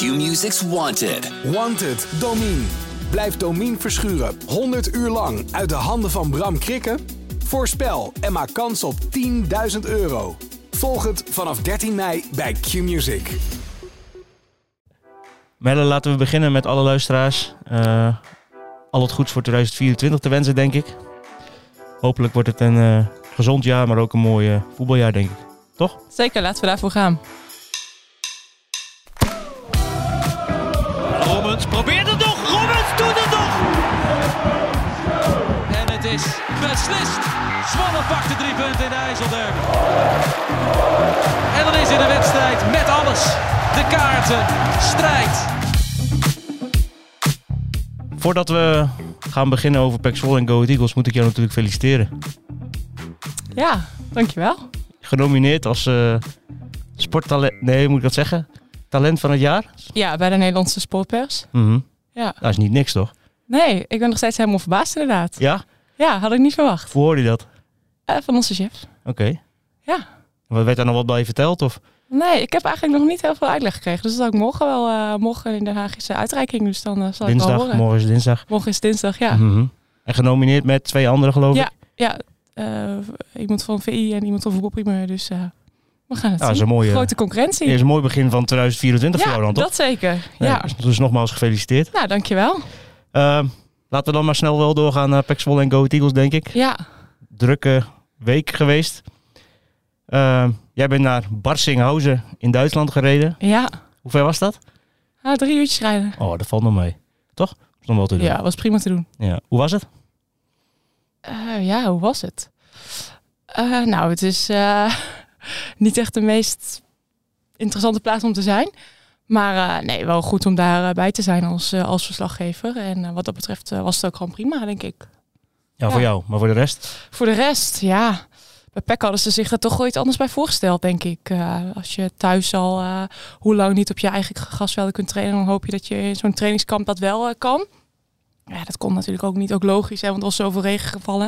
Q-Music's Wanted. Wanted, Domine. Blijf Domine verschuren 100 uur lang uit de handen van Bram Krikke? Voorspel en maak kans op €10.000. Volg het vanaf 13 mei bij Q-Music. Melle, laten we beginnen met alle luisteraars. Al het goeds voor 2024 te wensen, denk ik. Hopelijk wordt het een gezond jaar, maar ook een mooi voetbaljaar, denk ik. Toch? Zeker, laten we daarvoor gaan. Robbins probeert het nog. Robbins doet het nog. En het is beslist. Zwolle pakt de 3 punten in de IJsselderby. En dan is in de wedstrijd met alles. De kaarten, strijd. Voordat we gaan beginnen over PEC Zwolle en Go Ahead Eagles, moet ik jou natuurlijk feliciteren. Ja, dankjewel. Genomineerd als sporttalent... Nee, moet ik dat zeggen? Talent van het jaar? Ja, bij de Nederlandse sportpers. Mm-hmm. Ja. Dat is niet niks, toch? Nee, ik ben nog steeds helemaal verbaasd inderdaad. Ja? Ja, had ik niet verwacht. Hoe hoorde je dat? Van onze chef. Oké. Ja. Werd daar nog wat bij je verteld? Of? Nee, ik heb eigenlijk nog niet heel veel uitleg gekregen. Dus dat zal ik morgen wel. Morgen in Den Haag is de uitreiking. Dus dan zal Dinsdag, ik wel horen. morgen is dinsdag. Morgen is dinsdag, ja. Mm-hmm. En genomineerd met 2 anderen, geloof ik? Ja. Iemand van VI en iemand van Voetbalprimeur. Dus we gaan het zien. Is een mooie, grote concurrentie. Is een mooi begin van 2024 voor jou dan, toch? Dat zeker. Nee, Ja. Dus nogmaals gefeliciteerd. Nou, dankjewel. Laten we dan maar snel wel doorgaan naar PEC Zwolle en Go Ahead Eagles, denk ik. Ja. Drukke week geweest. Jij bent naar Barsinghausen in Duitsland gereden. Ja. Hoe ver was dat? 3 uurtjes rijden. Oh, dat valt nog mee. Toch? Dat is nog wel te doen. Ja, was prima te doen. Ja. Hoe was het? Hoe was het? Nou, het is niet echt de meest interessante plaats om te zijn. Maar nee, wel goed om daarbij te zijn als verslaggever. En wat dat betreft was het ook gewoon prima, denk ik. Ja, voor jou. Maar voor de rest? Voor de rest, ja. Bij PEC hadden ze zich er toch ooit anders bij voorgesteld, denk ik. Als je thuis al hoe lang niet op je eigen grasvelden kunt trainen, dan hoop je dat je in zo'n trainingskamp dat wel kan. Ja, dat kon natuurlijk ook niet. Ook logisch, hè, want er was zoveel regen gevallen.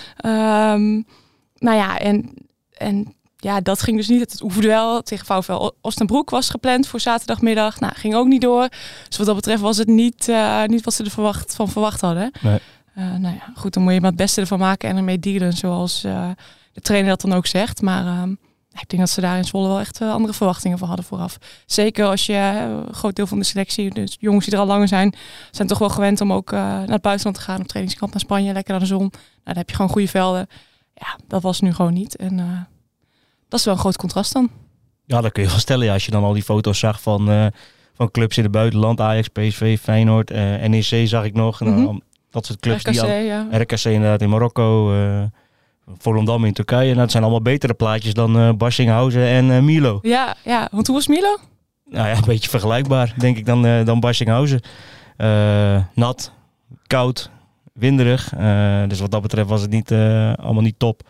Nou ja, en ja, dat ging dus niet. Het oefenduel tegen VfL Ostenbroek was gepland voor zaterdagmiddag. Nou, ging ook niet door. Dus wat dat betreft was het niet wat ze er van verwacht hadden. Nee. Nou ja, goed, dan moet je maar het beste ervan maken en ermee dealen, zoals de trainer dat dan ook zegt. Maar ik denk dat ze daar in Zwolle wel echt andere verwachtingen van hadden vooraf. Zeker als je een groot deel van de selectie, dus jongens die er al langer zijn toch wel gewend om ook naar het buitenland te gaan op trainingskamp naar Spanje, lekker naar de zon. Nou, dan heb je gewoon goede velden. Ja, dat was nu gewoon niet. En dat is wel een groot contrast dan. Ja, dat kun je wel stellen. Ja, als je dan al die foto's zag van clubs in het buitenland, Ajax, PSV, Feyenoord, NEC zag ik nog. Mm-hmm. Dat soort clubs. RKC, RKC inderdaad in Marokko, Volendam in Turkije. Nou, dat zijn allemaal betere plaatjes dan Barsinghausen en Milo. Ja, want hoe was Milo? Nou ja, een beetje vergelijkbaar, denk ik, dan Barsinghausen. Nat, koud, winderig. Dus wat dat betreft was het niet, allemaal niet top.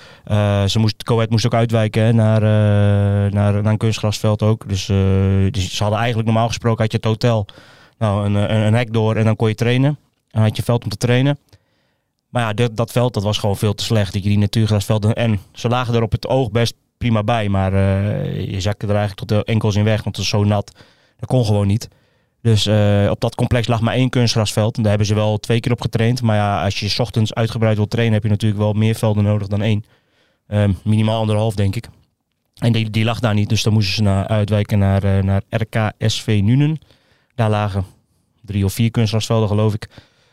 Go Ahead moest ook uitwijken, hè, naar een kunstgrasveld ook. Dus ze hadden eigenlijk normaal gesproken had je het hotel een hek door en dan kon je trainen. En had je veld om te trainen. Maar ja, dat veld dat was gewoon veel te slecht. Die natuurgrasvelden. En ze lagen er op het oog best prima bij. Maar je zakte er eigenlijk tot de enkels in weg. Want het was zo nat. Dat kon gewoon niet. Dus op dat complex lag maar 1 kunstgrasveld. En daar hebben ze wel 2 keer op getraind. Maar ja, als je 's ochtends uitgebreid wilt trainen, heb je natuurlijk wel meer velden nodig dan 1. Minimaal 1,5 denk ik. En die lag daar niet. Dus dan moesten ze uitwijken naar RKSV Nuenen. Daar lagen 3 of 4 kunstgrasvelden, geloof ik.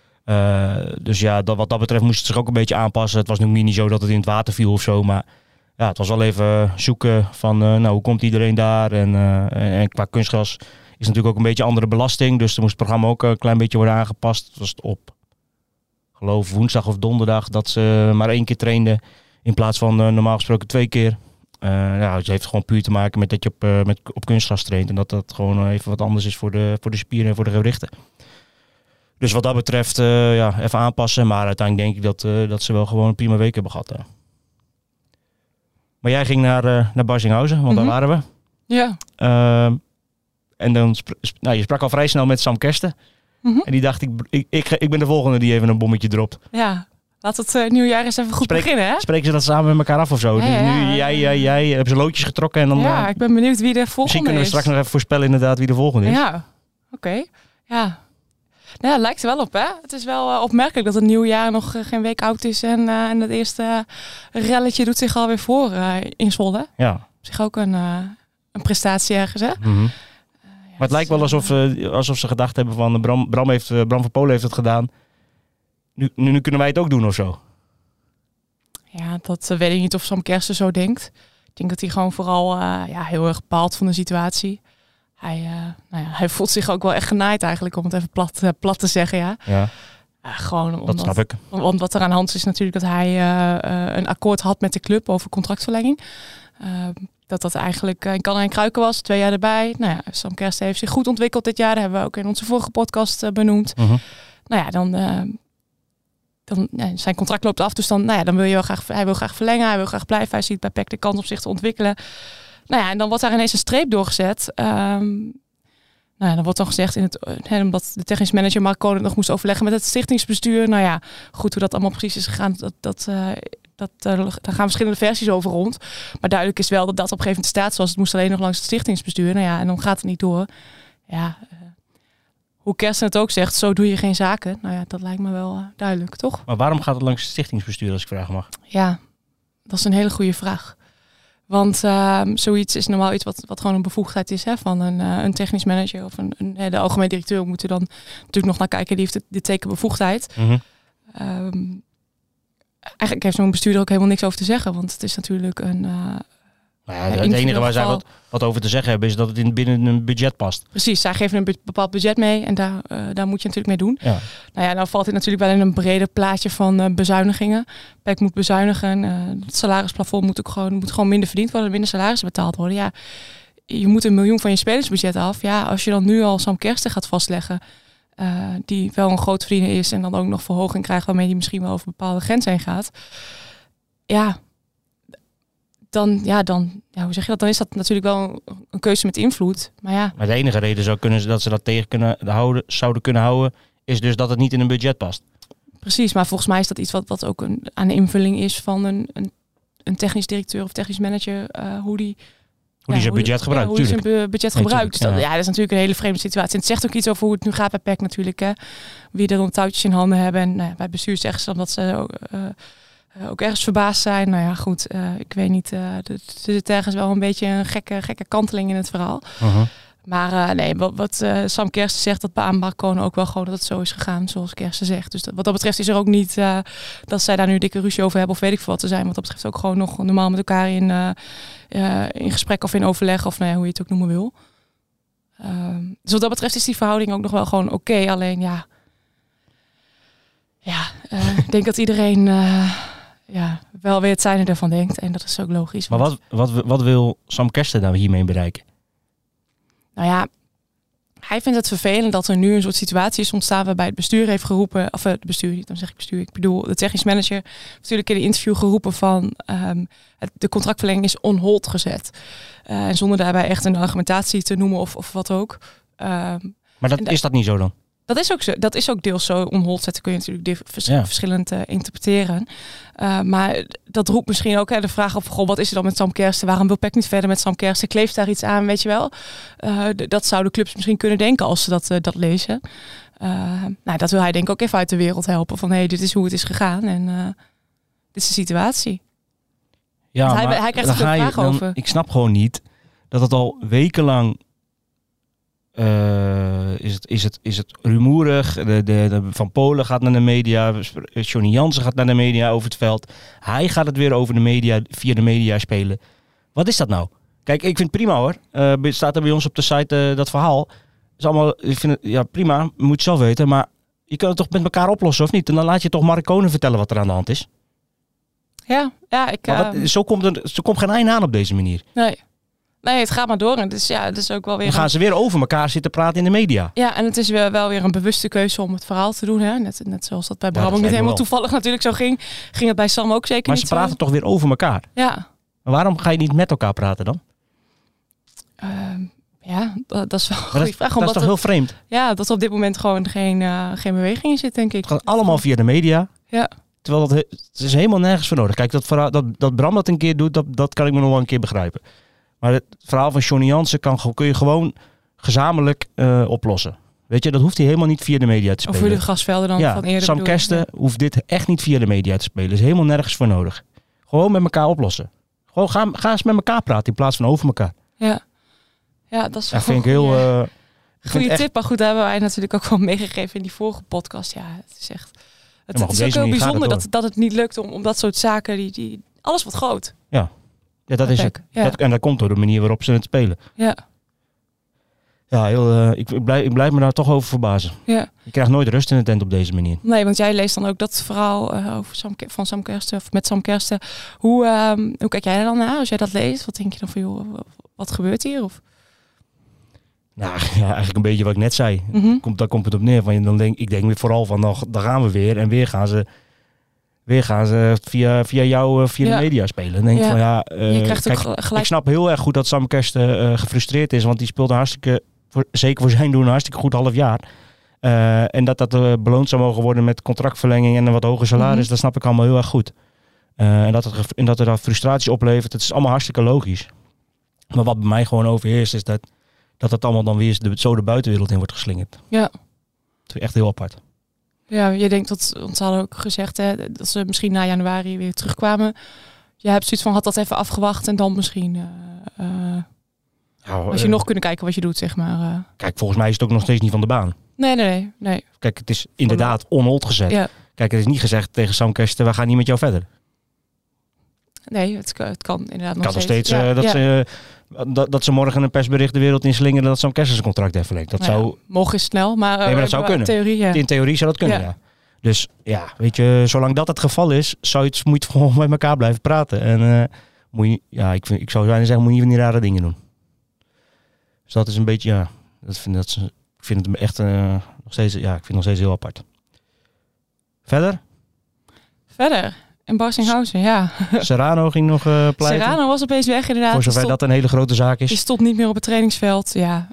Dus ja, wat dat betreft moest het zich ook een beetje aanpassen. Het was nu niet zo dat het in het water viel of zo. Maar ja, het was wel even zoeken van hoe komt iedereen daar. En qua kunstgras is natuurlijk ook een beetje andere belasting. Dus er moest het programma ook een klein beetje worden aangepast. Het was op, geloof woensdag of donderdag dat ze maar 1 keer trainden. In plaats van normaal gesproken 2 keer. Het heeft gewoon puur te maken met dat je op kunstgras traint. En dat gewoon even wat anders is voor de spieren en voor de gewrichten. Dus wat dat betreft, even aanpassen. Maar uiteindelijk denk ik dat ze wel gewoon een prima week hebben gehad. Maar jij ging naar Barsinghausen, want daar waren we. Ja. En dan je sprak al vrij snel met Sam Kersten. Mm-hmm. En die dacht, ik ben de volgende die even een bommetje dropt. Ja, Laat het nieuwjaar eens even goed beginnen, hè? Spreken ze dat samen met elkaar af of zo? Ja, Dus ja. nu jij hebben ze loodjes getrokken en dan... Ja, ik ben benieuwd wie de volgende is. Misschien kunnen we straks nog even voorspellen inderdaad wie de volgende is. Ja, oké. Ja. Nou, het lijkt er wel op, hè? Het is wel opmerkelijk dat het nieuwjaar nog geen week oud is en het eerste relletje doet zich alweer voor in Zwolle. Ja. Op zich ook een prestatie ergens, hè? Mm-hmm. Maar het lijkt wel alsof ze gedacht hebben van Bram van Polen heeft het gedaan. Nu kunnen wij het ook doen of zo. Ja, dat weet ik niet of Sam Kersten zo denkt. Ik denk dat hij gewoon vooral heel erg baalt van de situatie. Hij voelt zich ook wel echt genaaid eigenlijk, om het even plat te zeggen, ja. Ja. Gewoon omdat, dat snap ik. Want wat er aan de hand is natuurlijk dat hij een akkoord had met de club over contractverlenging. Dat eigenlijk in kannen en kruiken was, 2 jaar erbij. Nou ja, Sam Kersten heeft zich goed ontwikkeld dit jaar. Dat hebben we ook in onze vorige podcast benoemd. Uh-huh. Nou ja, dan zijn contract loopt af, dus dan wil je wel graag, hij wil graag verlengen, hij wil graag blijven, hij ziet bij PEC de kans op zich te ontwikkelen. Nou ja, en dan wordt daar ineens een streep doorgezet. Dan wordt dan gezegd, omdat de technisch manager Mark Koning nog moest overleggen met het stichtingsbestuur. Nou ja, goed hoe dat allemaal precies is gegaan, daar gaan verschillende versies over rond. Maar duidelijk is wel dat op een gegeven moment de staat zoals het moest alleen nog langs het stichtingsbestuur. Nou ja, en dan gaat het niet door. Ja, hoe Kersten het ook zegt, zo doe je geen zaken. Nou ja, dat lijkt me wel duidelijk, toch? Maar waarom gaat het langs het stichtingsbestuur, als ik vragen mag? Ja, dat is een hele goede vraag. Want zoiets is normaal iets wat gewoon een bevoegdheid is, hè, van een technisch manager of de algemeen directeur moet er dan natuurlijk nog naar kijken. Die heeft dit teken bevoegdheid. Mm-hmm. Eigenlijk heeft zo'n bestuurder ook helemaal niks over te zeggen, want het is natuurlijk een... het enige waar zij wat over te zeggen hebben is dat het binnen een budget past. Precies, zij geven een bepaald budget mee en daar moet je natuurlijk mee doen. Ja. Nou ja, dan valt dit natuurlijk wel in een breder plaatje van bezuinigingen. PEC moet bezuinigen, het salarisplafond moet gewoon minder verdiend worden, minder salarissen betaald worden. Ja, je moet 1 miljoen van je spelersbudget af. Ja, als je dan nu al Sam Kersten gaat vastleggen, die wel een groot verdiener is en dan ook nog verhoging krijgt waarmee die misschien wel over bepaalde grenzen heen gaat. Ja, dan, hoe zeg je dat? Dan is dat natuurlijk wel een keuze met invloed. Maar de enige reden dat ze dat tegen zouden kunnen houden, is dus dat het niet in een budget past. Precies, maar volgens mij is dat iets wat ook aan de invulling is van een technisch directeur of technisch manager, hoe die zijn budget gebruikt. Hoe hij zijn budget gebruikt. Dus dat is natuurlijk een hele vreemde situatie. En het zegt ook iets over hoe het nu gaat bij PEC natuurlijk. Hè. Wie er om touwtjes in handen hebben. En bij het bestuur zeggen ze dan dat ze ook ergens verbaasd zijn. Nou ja, goed. Ik weet niet. Er zit ergens wel een beetje een gekke kanteling in het verhaal. Uh-huh. Maar wat Sam Kersten zegt, dat beaamt Mark Koning ook wel gewoon dat het zo is gegaan, zoals Kersten zegt. Dus wat dat betreft is er ook niet dat zij daar nu dikke ruzie over hebben of weet ik veel wat te zijn. Wat dat betreft ook gewoon nog normaal met elkaar in gesprek of in overleg of hoe je het ook noemen wil. Dus wat dat betreft is die verhouding ook nog wel gewoon oké. Alleen ik denk dat iedereen wel weer het zijne ervan denkt. En dat is ook logisch. Maar wat wil Sam Kersten nou hiermee bereiken? Nou ja, hij vindt het vervelend dat er nu een soort situatie is ontstaan waarbij het bestuur heeft geroepen, of het bestuur niet, dan zeg ik bestuur, ik bedoel de technisch manager, heeft natuurlijk in de interview geroepen van de contractverlenging is on hold gezet. En zonder daarbij echt een argumentatie te noemen of wat ook. Maar is dat niet zo dan? Dat is ook zo. Dat is ook deels zo. On hold zetten kun je natuurlijk verschillend interpreteren. Maar dat roept misschien ook de vraag op: goh, wat is er dan met Sam Kersten? Waarom wil PEC niet verder met Sam Kersten? Kleeft daar iets aan, weet je wel? Dat zouden clubs misschien kunnen denken als ze dat lezen. Dat wil hij denk ik ook even uit de wereld helpen. Van dit is hoe het is gegaan en dit is de situatie. Ja, hij krijgt er een vraag over. Ik snap gewoon niet dat het al wekenlang is het rumoerig. De Van Polen gaat naar de media. Johnny Jansen gaat naar de media over het veld. Hij gaat het weer over de media, via de media spelen. Wat is dat nou? Kijk, ik vind het prima hoor. Staat er bij ons op de site dat verhaal. Is allemaal, ik vind het prima, moet je zelf weten. Maar je kunt het toch met elkaar oplossen of niet? En dan laat je toch Mark Koning vertellen wat er aan de hand is. Zo komt geen einde aan op deze manier. Nee, het gaat maar door. En het is ook wel weer. Dan gaan ze weer over elkaar zitten praten in de media. Ja, en het is wel weer een bewuste keuze om het verhaal te doen. Hè? Net zoals dat bij Bram ook niet helemaal toevallig natuurlijk zo ging. Ging het bij Sam ook zeker maar niet. Maar ze praten toch weer over elkaar. Ja. Maar waarom ga je niet met elkaar praten dan? Dat is wel een goede vraag. Dat is toch heel vreemd? Ja, dat er op dit moment gewoon geen beweging in zit, denk ik. Het gaat allemaal via de media. Ja. Terwijl het is helemaal nergens voor nodig. Kijk, dat Bram dat een keer doet, dat kan ik me nog wel een keer begrijpen. Maar het verhaal van Johnny Jansen kun je gewoon gezamenlijk oplossen. Weet je, dat hoeft hij helemaal niet via de media te spelen. Of de Grasvelden dan van eerder. Sam Kersten hoeft dit echt niet via de media te spelen. Er is helemaal nergens voor nodig. Gewoon met elkaar oplossen. Gewoon ga eens met elkaar praten in plaats van over elkaar. Ja, dat is vind ik heel... goede tip, maar goed, daar hebben wij natuurlijk ook wel meegegeven in die vorige podcast. Ja, het is echt... Het is ook heel bijzonder dat het niet lukt om dat soort zaken, die alles wordt groot. Ja, dat is het. Ja. En dat komt door de manier waarop ze het spelen. Ja. Ja, ik blijf me daar toch over verbazen. Ja. Je krijgt nooit rust in de tent op deze manier. Nee, want jij leest dan ook dat verhaal over Sam Kersten, of met Sam Kersten. Hoe kijk jij er dan naar als jij dat leest? Wat denk je dan van, joh, wat gebeurt hier? Of... Nou, ja, eigenlijk een beetje wat ik net zei. Daar komt het op neer. Want ik denk vooral van, dan gaan we weer. En weer gaan ze via jou, via de media spelen. Dan denk ik van, je krijgt ook gelijk... Ik snap heel erg goed dat Sam Kersten gefrustreerd is. Want die speelde zeker voor zijn doen, een hartstikke goed half jaar. En dat beloond zou mogen worden met contractverlenging en een wat hoger salaris. Dat snap ik allemaal heel erg goed. En dat er frustraties oplevert, dat is allemaal hartstikke logisch. Maar wat bij mij gewoon overheerst is dat het allemaal dan weer zo de buitenwereld in wordt geslingerd. Ja. Dat is echt heel apart. Ja, je denkt dat, want ze hadden ook gezegd dat ze misschien na januari weer terugkwamen. Je hebt zoiets van, had dat even afgewacht en dan misschien... als je nog kunnen kijken wat je doet, zeg maar. Kijk, volgens mij is het ook nog steeds niet van de baan. Nee. Kijk, het is inderdaad on-hold gezet. Ja. Kijk, het is niet gezegd tegen Sam Kersten, we gaan niet met jou verder. Nee, het kan inderdaad nog steeds. Dat ze morgen een persbericht de wereld inslingeren dat Sam Kersten zijn contract heeft verlengd. Dat zou... Mogen is snel, maar dat zou kunnen. In theorie zou dat kunnen, ja. Dus ja, weet je, zolang dat het geval is, moet je gewoon met elkaar blijven praten. En ik zou bijna zeggen, moet je niet van die rare dingen doen. Dus dat is een beetje, ik vind het echt nog steeds heel apart. Verder? In Barsinghausen, ja. Serrano ging nog pleiten. Serrano was opeens weg, inderdaad. Voor zover dat een hele grote zaak is. Die stond niet meer op het trainingsveld. Ja,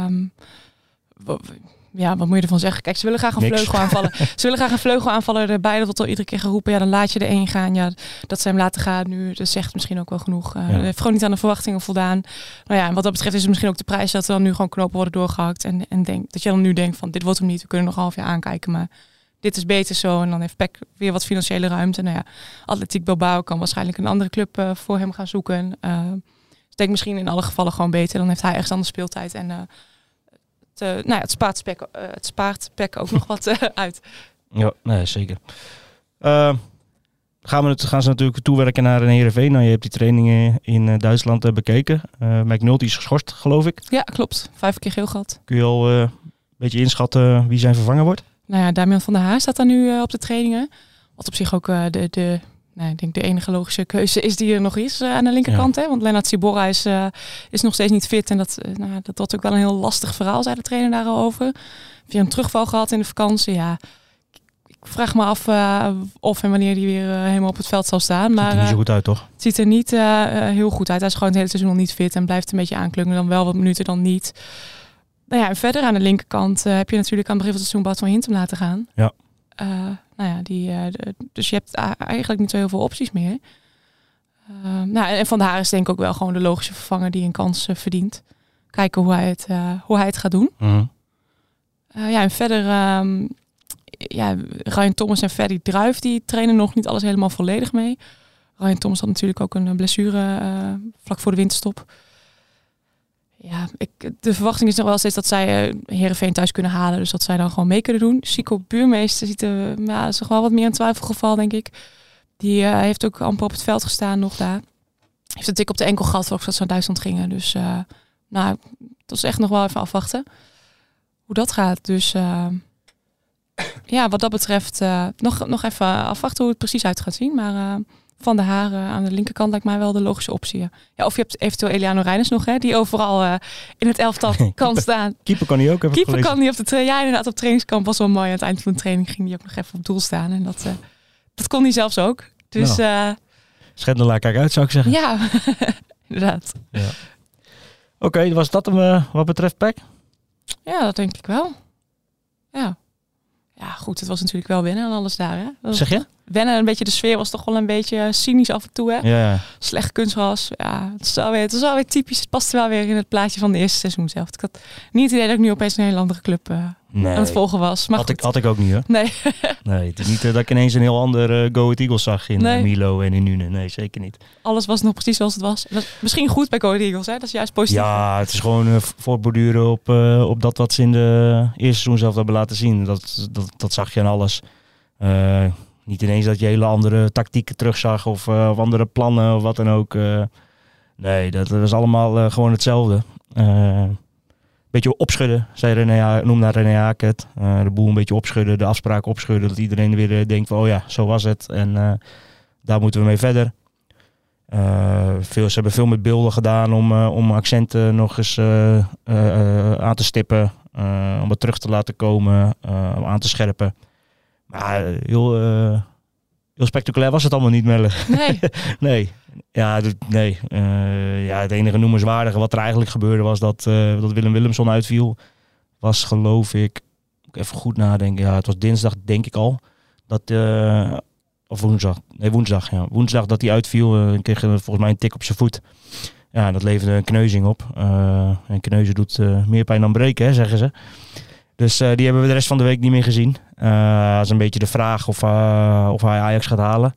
wat moet je ervan zeggen? Kijk, ze willen graag een vleugel aanvallen. Erbij, dat wordt al iedere keer geroepen. Ja, dan laat je er één gaan. Ja, dat ze hem laten gaan nu, dat zegt misschien ook wel genoeg. Hij heeft gewoon niet aan de verwachtingen voldaan. Nou ja, en wat dat betreft is het misschien ook de prijs dat er dan nu gewoon knopen worden doorgehakt. En dat je dan nu denkt van, dit wordt hem niet. We kunnen nog een half jaar aankijken, maar... Dit is beter zo. En dan heeft PEC weer wat financiële ruimte. Nou ja, Atletiek Bilbao kan waarschijnlijk een andere club voor hem gaan zoeken. Ik denk misschien in alle gevallen gewoon beter. Dan heeft hij echt aan de speeltijd. En het spaart PEC ook nog wat uit. Ja, nee, zeker. Gaan ze natuurlijk toewerken naar een Heerenveen. Nou, je hebt die trainingen in Duitsland bekeken. McNulty is geschorst, geloof ik. Ja, klopt. 5 keer geel gehad. Kun je al een beetje inschatten wie zijn vervanger wordt? Nou ja, Damian van der Haar staat daar nu op de trainingen. Wat op zich ook ik denk de enige logische keuze is die er nog is aan de linkerkant. Ja. Hè? Want Lennart Sibora is nog steeds niet fit. En dat wordt ook wel een heel lastig verhaal, zei de trainer daar al over. Weer een terugval gehad in de vakantie. Ja, ik vraag me af of en wanneer hij weer helemaal op het veld zal staan. Maar, ziet er niet zo goed uit, toch? Het ziet er niet heel goed uit. Hij is gewoon het hele seizoen nog niet fit en blijft een beetje aanklungen. Dan wel wat minuten, dan niet. Nou ja, en verder aan de linkerkant heb je natuurlijk aan het begin van het seizoen Bart van Hintem laten gaan. Ja. Dus je hebt eigenlijk niet zo heel veel opties meer. En Van der Haar is denk ik ook wel gewoon de logische vervanger die een kans verdient. Kijken hoe hij het gaat doen. Mm-hmm. En verder, Ryan Thomas en Ferdy Druijf, die trainen nog niet alles helemaal volledig mee. Ryan Thomas had natuurlijk ook een blessure vlak voor de winterstop. Ja, de verwachting is nog wel steeds dat zij Heerenveen thuis kunnen halen. Dus dat zij dan gewoon mee kunnen doen. Chico Buurmeester is nog wel wat meer een twijfelgeval, denk ik. Die heeft ook amper op het veld gestaan nog daar. Heeft een tik op de enkel gehad, voordat ze naar Duitsland gingen. Dus dat is echt nog wel even afwachten hoe dat gaat. Dus wat dat betreft nog even afwachten hoe het precies uit gaat zien. Maar... Van der Haar aan de linkerkant lijkt mij wel de logische optie. Ja, of je hebt eventueel Eliano Reijners nog, die overal in het elftal kan staan. Keeper kan hij ook even Keeper kan hij op de training. Ja, inderdaad, op trainingskamp was wel mooi. Aan het eind van de training ging hij ook nog even op doel staan. En dat kon hij zelfs ook. Dus, Schendelaar, kijk uit, zou ik zeggen. Ja, inderdaad. Ja. Oké, was dat hem wat betreft PEC? Ja, dat denk ik wel. Ja. Ja, goed, het was natuurlijk wel wennen en alles daar. Hè? Zeg je? Wennen, een beetje de sfeer was toch wel een beetje cynisch af en toe. Hè? Ja. Slecht kunstgras. Ja, het is wel weer typisch. Het past wel weer in het plaatje van de eerste seizoen zelf. Ik had niet het idee dat ik nu opeens een hele andere club aan het volgen was. Maar had ik ook niet, hoor. Nee. Nee, het is niet dat ik ineens een heel ander Go Ahead Eagles zag in Milo en in Nune. Nee, zeker niet. Alles was nog precies zoals het was. Dat is misschien goed bij Go Ahead Eagles, hè? Dat is juist positief. Ja, het is gewoon voortborduren op dat wat ze in de eerste seizoen zelf hebben laten zien. Dat zag je aan alles. Niet ineens dat je hele andere tactieken terugzag of andere plannen of wat dan ook. Nee, dat was allemaal gewoon hetzelfde. Beetje opschudden, noemde René Haak het. De boel een beetje opschudden, de afspraken opschudden. Dat iedereen weer denkt van, oh ja, zo was het. En daar moeten we mee verder. Ze hebben veel met beelden gedaan om accenten nog eens aan te stippen. Om het terug te laten komen, om aan te scherpen. Maar heel spectaculair was het allemaal niet, Melle. Nee. Nee. Ja, nee. Het enige noemenswaardige wat er eigenlijk gebeurde was dat Willem Willemson uitviel. Was geloof ik, even goed nadenken. Ja, het was dinsdag denk ik al. Of woensdag. Nee, woensdag. Ja. Woensdag dat hij uitviel. Kreeg volgens mij een tik op zijn voet. Ja, dat leverde een kneuzing op. En kneuzen doet meer pijn dan breken, hè, zeggen ze. Dus die hebben we de rest van de week niet meer gezien. Dat is een beetje de vraag of hij Ajax gaat halen.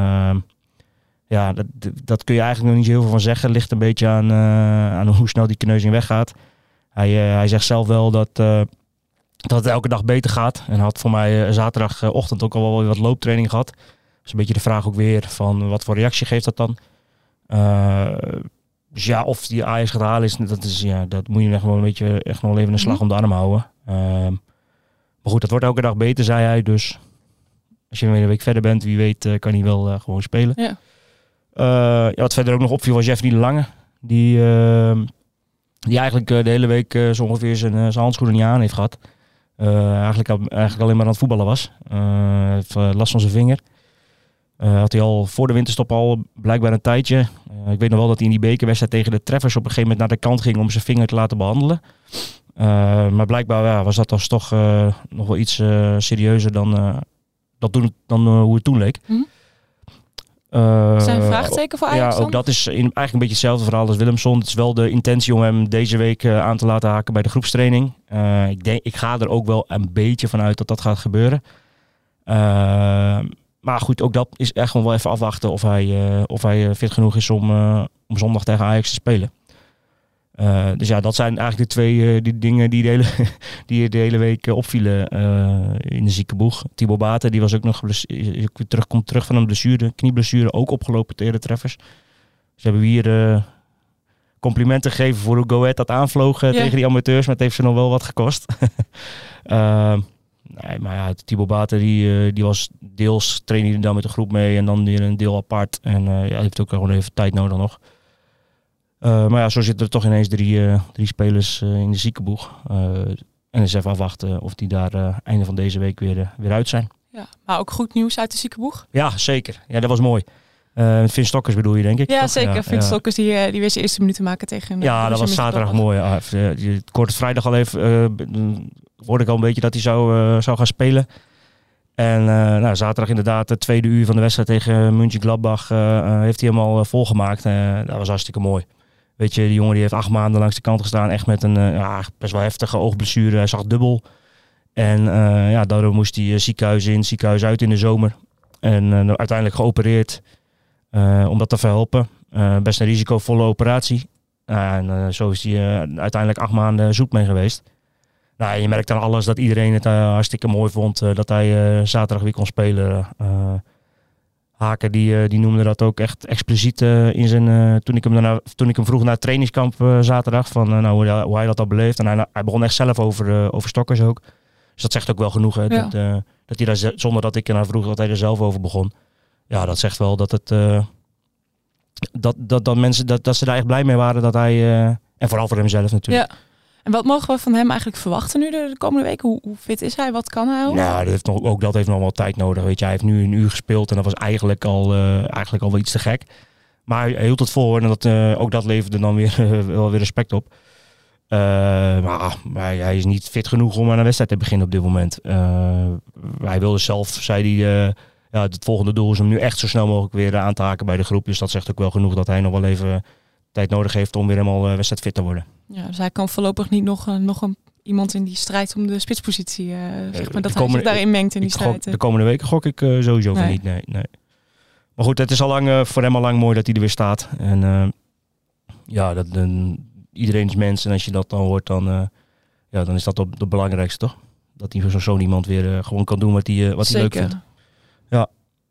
Dat kun je eigenlijk nog niet zo heel veel van zeggen. Het ligt een beetje aan hoe snel die kneuzing weggaat. Hij zegt zelf wel dat het elke dag beter gaat. En had voor mij zaterdagochtend ook al wel wat looptraining gehad. Dus een beetje de vraag ook weer van wat voor reactie geeft dat dan. Dus ja, of die Ajax gaat halen, dat moet je echt wel een beetje echt nog even een slag om de arm houden. Maar goed, dat wordt elke dag beter, zei hij. Dus als je weer een week verder bent, wie weet kan hij wel gewoon spelen. Ja. Wat verder ook nog opviel was Jeffrey de Lange. Die eigenlijk de hele week zo ongeveer zijn handschoenen niet aan heeft gehad. Eigenlijk alleen maar aan het voetballen was. Heeft last van zijn vinger. Had hij al voor de winterstop al blijkbaar een tijdje. Ik weet nog wel dat hij in die bekerwedstrijd tegen de Treffers op een gegeven moment naar de kant ging om zijn vinger te laten behandelen. Maar blijkbaar was dat dus toch nog wel iets serieuzer dan hoe het toen leek. Zijn vraagteken voor Ajax Ja, ook dat is eigenlijk een beetje hetzelfde verhaal als Willemson. Het is wel de intentie om hem deze week aan te laten haken bij de groepstraining. Ik ga er ook wel een beetje van uit dat dat gaat gebeuren. Maar goed, ook dat is echt gewoon wel even afwachten of hij fit genoeg is om zondag tegen Ajax te spelen. Dus ja, dat zijn eigenlijk de twee die dingen die de hele week opvielen in de ziekenboeg. Thibaut Baten, die was ook nog komt terug van een blessure, knieblessure, ook opgelopen tegen de Treffers. Ze hebben hier complimenten gegeven voor hoe Go Ahead dat aanvloog tegen die amateurs, maar het heeft ze nog wel wat gekost. Nee, maar ja, Thibaut Baten die was deels trainde hij dan met de groep mee en dan weer een deel apart. En heeft ook gewoon even tijd nodig nog. Maar ja, zo zitten er toch ineens drie spelers in de ziekenboeg. En eens even afwachten of die daar einde van deze week weer uit zijn. Ja, maar ook goed nieuws uit de ziekenboeg. Ja, zeker. Ja, dat was mooi. Vin Stokkers bedoel je, denk ik? Ja, toch? zeker. Ja, Vin Stokkers die weer zijn eerste minuten maken tegen... Ja, dat was zaterdag mooi. Ik hoorde vrijdag al even... hoorde ik al een beetje dat hij zou gaan spelen. En zaterdag inderdaad, het tweede uur van de wedstrijd tegen Mönchengladbach heeft hij helemaal volgemaakt. Dat was hartstikke mooi. Weet je, die jongen die heeft 8 maanden langs de kant gestaan. Echt met een best wel heftige oogblessure. Hij zag dubbel. En daardoor moest hij ziekenhuis in, ziekenhuis uit in de zomer. En uiteindelijk geopereerd om dat te verhelpen. Best een risicovolle operatie. Zo is hij uiteindelijk 8 maanden zoet mee geweest. Nou, je merkt aan alles dat iedereen het hartstikke mooi vond dat hij zaterdag weer kon spelen. Haken die noemde dat ook echt expliciet in zijn... Toen ik hem vroeg naar het trainingskamp zaterdag, van hoe hij dat al beleeft. En hij begon echt zelf over Stokkers ook. Dus dat zegt ook wel genoeg. Hè, ja. Dat hij daar, zonder dat ik naar vroeg, dat hij er zelf over begon. Ja, dat zegt wel dat het... dat mensen dat ze daar echt blij mee waren dat hij... en vooral voor hemzelf natuurlijk. Ja. En wat mogen we van hem eigenlijk verwachten nu de komende week? Hoe fit is hij? Wat kan hij? Nou, dat heeft nog wel tijd nodig. Weet je, hij heeft nu 1 uur gespeeld en dat was eigenlijk al wel iets te gek. Maar hij hield het vol en ook dat leverde dan weer wel weer respect op. Maar hij is niet fit genoeg om aan een wedstrijd te beginnen op dit moment. Hij wilde zelf, zei hij, het volgende doel is om nu echt zo snel mogelijk weer aan te haken bij de groep. Dus dat zegt ook wel genoeg dat hij nog wel even tijd nodig heeft om weer helemaal wedstrijdfit te worden. Ja, dus hij kan voorlopig niet nog iemand in die strijd om de spitspositie, zeg maar, dat hij zich daarin mengt in die strijd. De komende weken gok ik sowieso van niet. Nee. Maar goed, het is voor hem al lang mooi dat hij er weer staat. En iedereen is mens. En als je dat dan hoort, dan is dat het belangrijkste, toch? Dat hij zo'n iemand weer gewoon kan doen wat hij leuk vindt. Ja.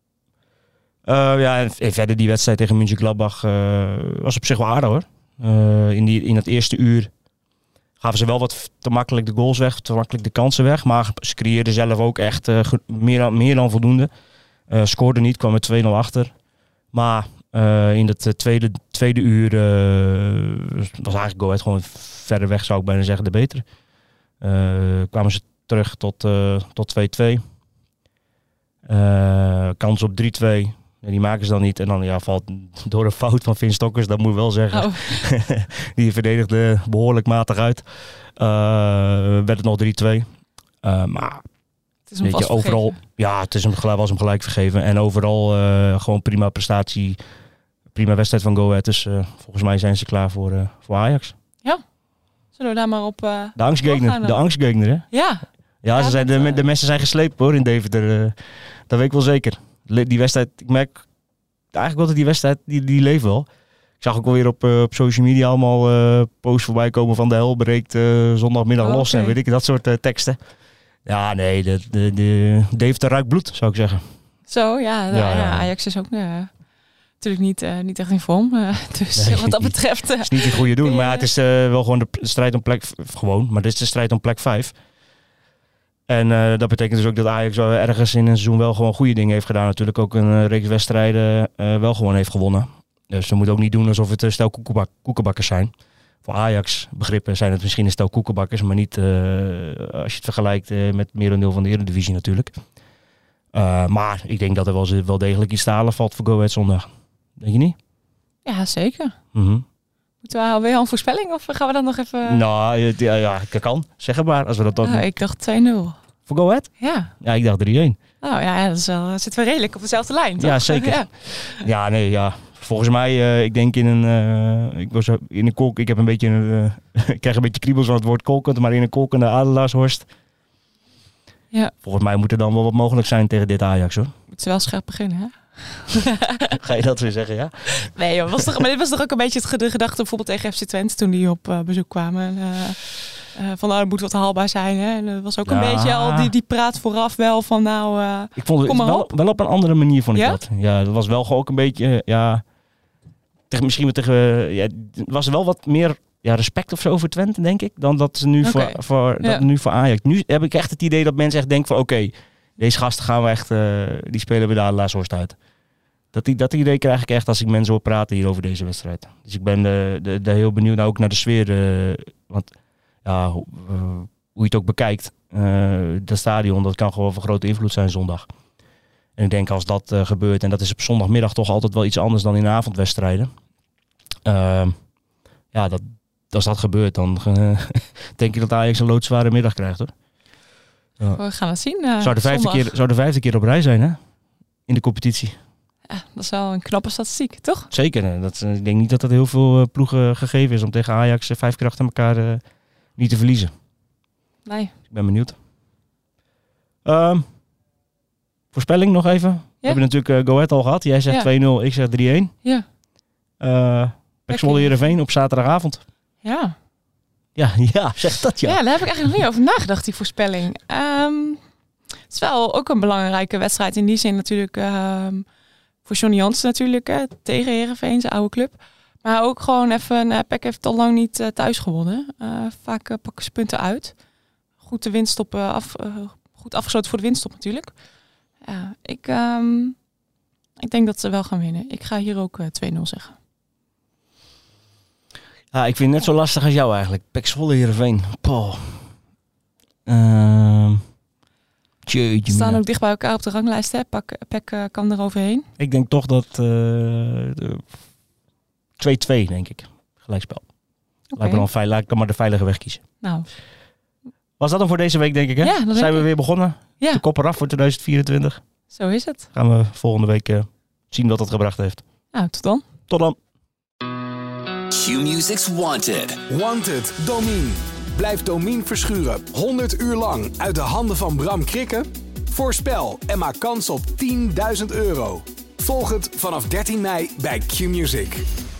En verder die wedstrijd tegen Mönchengladbach was op zich wel aardig, hoor. In het eerste uur gaven ze wel wat te makkelijk de goals weg, te makkelijk de kansen weg. Maar ze creëerden zelf ook echt meer dan voldoende. Scoorden niet, kwam met 2-0 achter. Maar in het tweede uur was eigenlijk Go Ahead gewoon verder weg, zou ik bijna zeggen, de betere. Kwamen ze terug tot 2-2. Kans op 3-2. Die maken ze dan niet. En dan valt door een fout van Vin Stokkers, dat moet ik wel zeggen. Oh. Die verdedigde behoorlijk matig uit. Werd het nog 3-2. Maar het is hem overal, was hem gelijk vergeven. En overal gewoon prima prestatie. Prima wedstrijd van Go Ahead. Dus volgens mij zijn ze klaar voor Ajax. Ja. Zullen we daar maar op de angstgegner, hè? Ja, de messen zijn gesleept, hoor, in Deventer. Dat weet ik wel zeker. Die wedstrijd, ik merk eigenlijk wel dat die wedstrijd, die leeft wel. Ik zag ook alweer op social media allemaal posts voorbij komen van de hel breekt zondagmiddag los en weet ik, dat soort teksten. Ja, nee, de Deventer ruikt bloed, zou ik zeggen. Zo, Ajax is ook natuurlijk niet echt in vorm. Dus wat dat betreft... Het is niet een goede doen, maar het is wel gewoon de strijd om plek... maar dit is de strijd om plek 5. En dat betekent dus ook dat Ajax ergens in een seizoen wel gewoon goede dingen heeft gedaan. Natuurlijk ook een reeks wedstrijden wel gewoon heeft gewonnen. Dus we moeten ook niet doen alsof het een stel koekenbakkers zijn. Voor Ajax begrippen zijn het misschien een stel koekenbakkers, maar niet als je het vergelijkt met merendeel van de Eredivisie natuurlijk. Maar ik denk dat er wel degelijk iets te halen valt voor Go Ahead zondag. Denk je niet? Ja, zeker. Mm-hmm. Moeten we alweer een voorspelling of gaan we dan nog even... Nou, dat kan. Zeg het maar. Als we dat dan... ik dacht 2-0. Voor Go Ahead? Ja. Ja, ik dacht 3-1. Oh ja, dat zitten we redelijk op dezelfde lijn, toch? Ja, zeker. Volgens mij, ik denk in een kolk... Ik heb ik krijg een beetje kriebels van het woord kolkend, maar in een kolkende Adelaarshorst. Ja. Volgens mij moet er dan wel wat mogelijk zijn tegen dit Ajax, hoor. Moeten ze wel scherp beginnen, hè? Ga je dat weer zeggen, ja? Nee, joh, maar dit was toch ook een beetje de gedachte bijvoorbeeld tegen FC Twente toen die op bezoek kwamen. Er moet wat haalbaar zijn. Hè? En dat was ook een beetje al die praat vooraf wel van ik vond het wel op een andere manier vond ik dat. Ja, dat was wel gewoon ook een beetje, het was wel wat meer respect of zo voor Twente, denk ik, dan dat ze nu nu voor Ajax. Nu heb ik echt het idee dat mensen echt denken van oké, deze gasten gaan we echt, die spelen we de Adelaarshorst uit. Dat idee krijg ik echt als ik mensen hoor praten hier over deze wedstrijd. Dus ik ben heel benieuwd ook naar de sfeer. Want hoe je het ook bekijkt, dat stadion, dat kan gewoon van grote invloed zijn zondag. En ik denk als dat gebeurt, en dat is op zondagmiddag toch altijd wel iets anders dan in avondwedstrijden. Als dat gebeurt, dan denk ik dat Ajax een loodzware middag krijgt, hoor. Ja. We gaan het zien. Zou de vijfde keer op rij zijn, hè? In de competitie. Ja, dat is wel een knappe statistiek, toch? Zeker. Ik denk niet dat heel veel ploegen gegeven is om tegen Ajax 5 keer achter elkaar niet te verliezen. Nee. Ik ben benieuwd. Voorspelling nog even. We hebben natuurlijk Go Ahead al gehad. Jij zegt 2-0, ik zeg 3-1. Ja. PEC Zwolle Heerenveen op zaterdagavond. Ja. Ja, zeg dat ja. Ja, daar heb ik eigenlijk nog niet over nagedacht, die voorspelling. Het is wel ook een belangrijke wedstrijd in die zin natuurlijk. Voor Johnny Jansen natuurlijk, tegen Heerenveen, zijn oude club. Maar ook gewoon even, PEC heeft al lang niet thuis gewonnen. Vaak pakken ze punten uit. Goed de winststop goed afgesloten voor de winststop natuurlijk. Ik denk dat ze wel gaan winnen. Ik ga hier ook 2-0 zeggen. Ja, ik vind het net zo lastig als jou eigenlijk. PEC Zwolle Heerenveen. Ze staan ook dicht bij elkaar op de ranglijst. Hè? PEC kan er overheen. Ik denk toch dat 2-2, denk ik. Gelijkspel. Lijkt ik kan maar de veilige weg kiezen. Nou, Was dat dan voor deze week, denk ik, hè? Ja, dat Zijn we denk weer begonnen. Ja. De kop eraf voor 2024. zo is het. Gaan we volgende week zien wat dat gebracht heeft. Nou, tot dan. Tot dan. Q-Music's Wanted. Wanted, Domien. Blijf Domien verschuren 100 uur lang uit de handen van Bram Krikke? Voorspel en maak kans op €10.000. Volg het vanaf 13 mei bij Q-Music.